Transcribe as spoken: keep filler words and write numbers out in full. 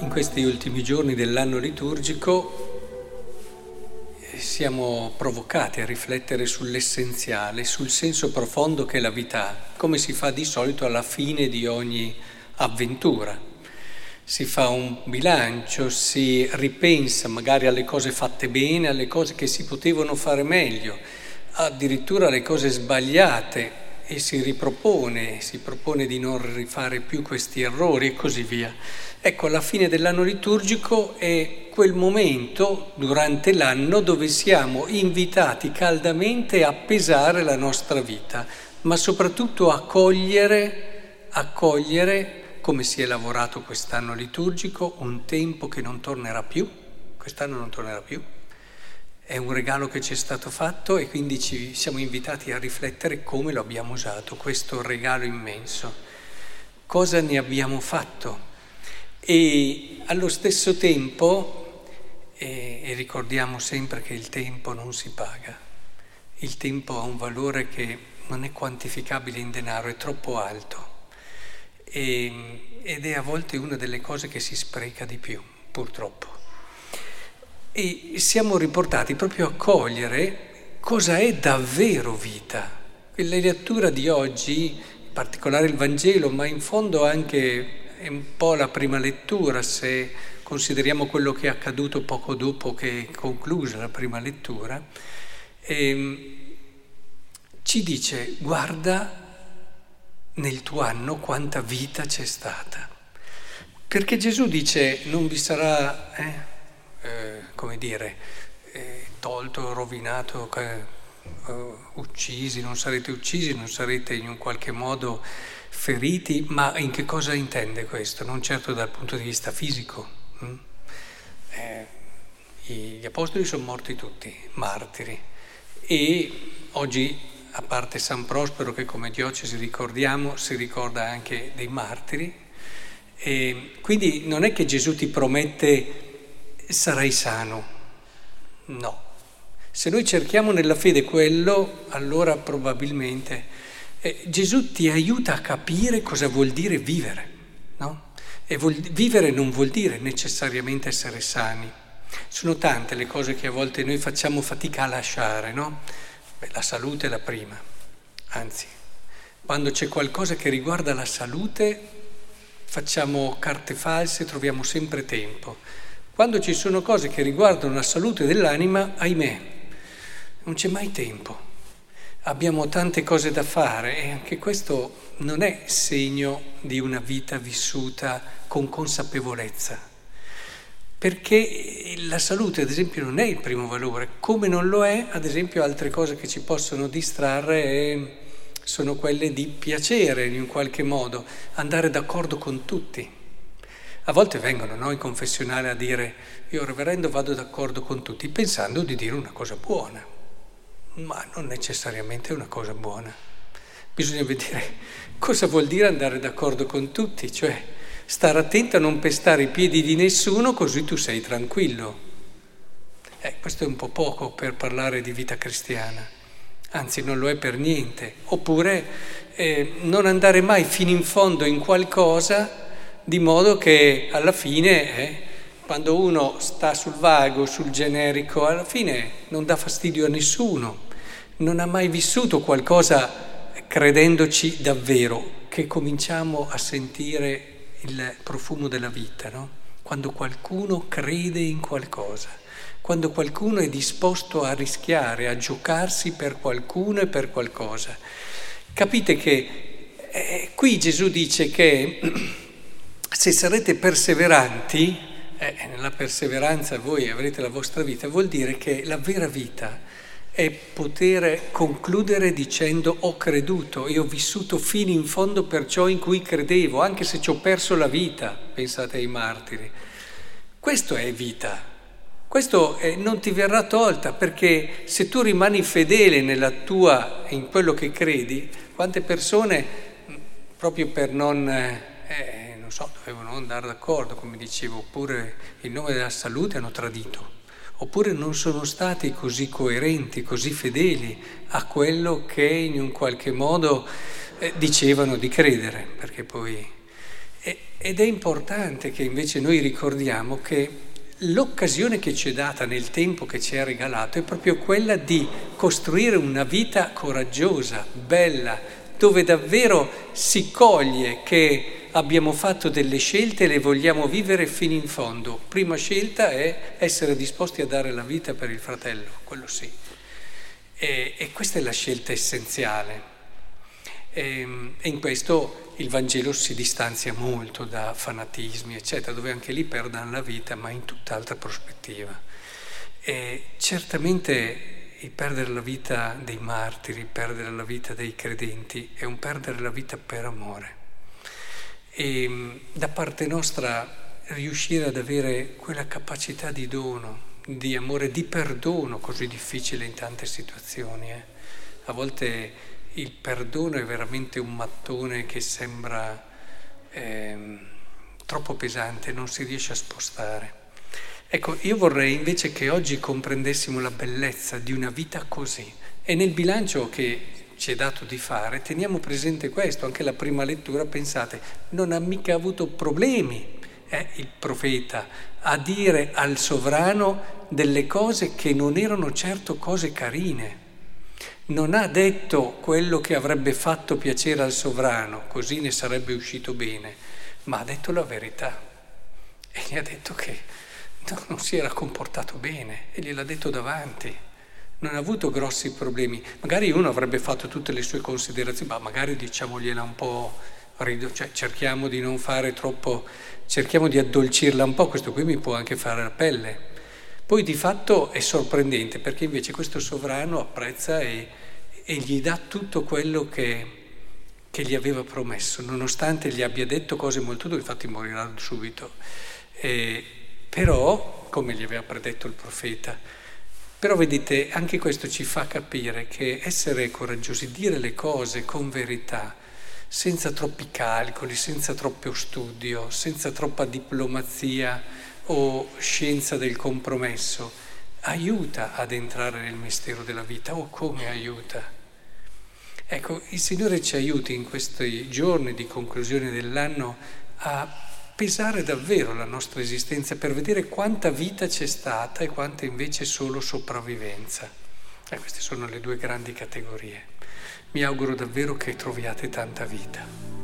In questi ultimi giorni dell'anno liturgico siamo provocati a riflettere sull'essenziale, sul senso profondo che è la vita, come si fa di solito alla fine di ogni avventura. Si fa un bilancio, si ripensa magari alle cose fatte bene, alle cose che si potevano fare meglio, addirittura alle cose sbagliate, e si ripropone, si propone di non rifare più questi errori e così via. Ecco, alla fine dell'anno liturgico è quel momento durante l'anno dove siamo invitati caldamente a pesare la nostra vita, ma soprattutto a cogliere, a cogliere, come si è lavorato quest'anno liturgico, un tempo che non tornerà più, quest'anno non tornerà più. È un regalo che ci è stato fatto e quindi ci siamo invitati a riflettere come lo abbiamo usato, questo regalo immenso. Cosa ne abbiamo fatto? E allo stesso tempo, e, e ricordiamo sempre che il tempo non si paga, il tempo ha un valore che non è quantificabile in denaro, è troppo alto e, ed è a volte una delle cose che si spreca di più, purtroppo. E siamo riportati proprio a cogliere cosa è davvero vita. La lettura di oggi, in particolare il Vangelo, ma in fondo anche è un po' la prima lettura, se consideriamo quello che è accaduto poco dopo che è conclusa la prima lettura, e ci dice: guarda nel tuo anno quanta vita c'è stata. Perché Gesù dice: non vi sarà... Eh, Eh, come dire, eh, tolto, rovinato, eh, uccisi, non sarete uccisi, non sarete in un qualche modo feriti, ma in che cosa intende questo? Non certo dal punto di vista fisico. Hm? Eh, gli apostoli sono morti tutti, martiri, e oggi, a parte San Prospero che come diocesi ricordiamo, si ricorda anche dei martiri, e quindi non è che Gesù ti promette sarai sano, no. Se noi cerchiamo nella fede quello, allora probabilmente eh, Gesù ti aiuta a capire cosa vuol dire vivere, no? E vuol, vivere non vuol dire necessariamente essere sani. Sono tante le cose che a volte noi facciamo fatica a lasciare, no? Beh, la salute è la prima, anzi, quando c'è qualcosa che riguarda la salute facciamo carte false, troviamo sempre tempo. Quando ci sono cose che riguardano la salute dell'anima, ahimè, non c'è mai tempo. Abbiamo tante cose da fare e anche questo non è segno di una vita vissuta con consapevolezza. Perché la salute, ad esempio, non è il primo valore, come non lo è, ad esempio, altre cose che ci possono distrarre e sono quelle di piacere in un qualche modo, andare d'accordo con tutti. A volte vengono no, in confessionale a dire: io reverendo vado d'accordo con tutti, pensando di dire una cosa buona, ma non necessariamente una cosa buona. Bisogna vedere cosa vuol dire andare d'accordo con tutti, cioè stare attento a non pestare i piedi di nessuno così tu sei tranquillo. Eh, questo è un po' poco per parlare di vita cristiana, anzi non lo è per niente. Oppure eh, non andare mai fino in fondo in qualcosa, di modo che alla fine, eh, quando uno sta sul vago, sul generico, alla fine non dà fastidio a nessuno, non ha mai vissuto qualcosa credendoci davvero, che cominciamo a sentire il profumo della vita, no? Quando qualcuno crede in qualcosa, quando qualcuno è disposto a rischiare, a giocarsi per qualcuno e per qualcosa. Capite che eh, qui Gesù dice che se sarete perseveranti, eh, nella perseveranza voi avrete la vostra vita, vuol dire che la vera vita è poter concludere dicendo: ho creduto e ho vissuto fino in fondo per ciò in cui credevo, anche se ci ho perso la vita, pensate ai martiri. Questo è vita, questo è, non ti verrà tolta, perché se tu rimani fedele nella tua, in quello che credi, quante persone proprio per non... Eh, so, dovevano andare d'accordo, come dicevo, oppure in nome della salute hanno tradito, oppure non sono stati così coerenti, così fedeli a quello che in un qualche modo eh, dicevano di credere, perché poi E, ed è importante che invece noi ricordiamo che l'occasione che ci è data nel tempo che ci è regalato è proprio quella di costruire una vita coraggiosa, bella, dove davvero si coglie che abbiamo fatto delle scelte e le vogliamo vivere fino in fondo. Prima scelta è essere disposti a dare la vita per il fratello, quello sì. E, e questa è la scelta essenziale. E, e in questo il Vangelo si distanzia molto da fanatismi, eccetera, dove anche lì perdono la vita, ma in tutt'altra prospettiva. E certamente il perdere la vita dei martiri, perdere la vita dei credenti, è un perdere la vita per amore. E da parte nostra riuscire ad avere quella capacità di dono, di amore, di perdono così difficile in tante situazioni. Eh. A volte il perdono è veramente un mattone che sembra eh, troppo pesante, non si riesce a spostare. Ecco, io vorrei invece che oggi comprendessimo la bellezza di una vita così. E nel bilancio che ci è dato di fare, teniamo presente questo, anche la prima lettura, pensate, non ha mica avuto problemi eh, il profeta a dire al sovrano delle cose che non erano certo cose carine. Non ha detto quello che avrebbe fatto piacere al sovrano, così ne sarebbe uscito bene, ma ha detto la verità e gli ha detto che no, non si era comportato bene e gliel'ha detto davanti. Non ha avuto grossi problemi. Magari uno avrebbe fatto tutte le sue considerazioni, ma magari diciamogliela un po', cioè cerchiamo di non fare troppo, cerchiamo di addolcirla un po', questo qui mi può anche fare la pelle. Poi di fatto è sorprendente perché invece questo sovrano apprezza e, e gli dà tutto quello che, che gli aveva promesso, nonostante gli abbia detto cose molto dure, infatti morirà subito. E, però, come gli aveva predetto il profeta, però vedete, anche questo ci fa capire che essere coraggiosi, dire le cose con verità, senza troppi calcoli, senza troppo studio, senza troppa diplomazia o scienza del compromesso, aiuta ad entrare nel mistero della vita. O come aiuta? Ecco, il Signore ci aiuti in questi giorni di conclusione dell'anno a pesare davvero la nostra esistenza per vedere quanta vita c'è stata e quanta invece solo sopravvivenza. E queste sono le due grandi categorie. Mi auguro davvero che troviate tanta vita.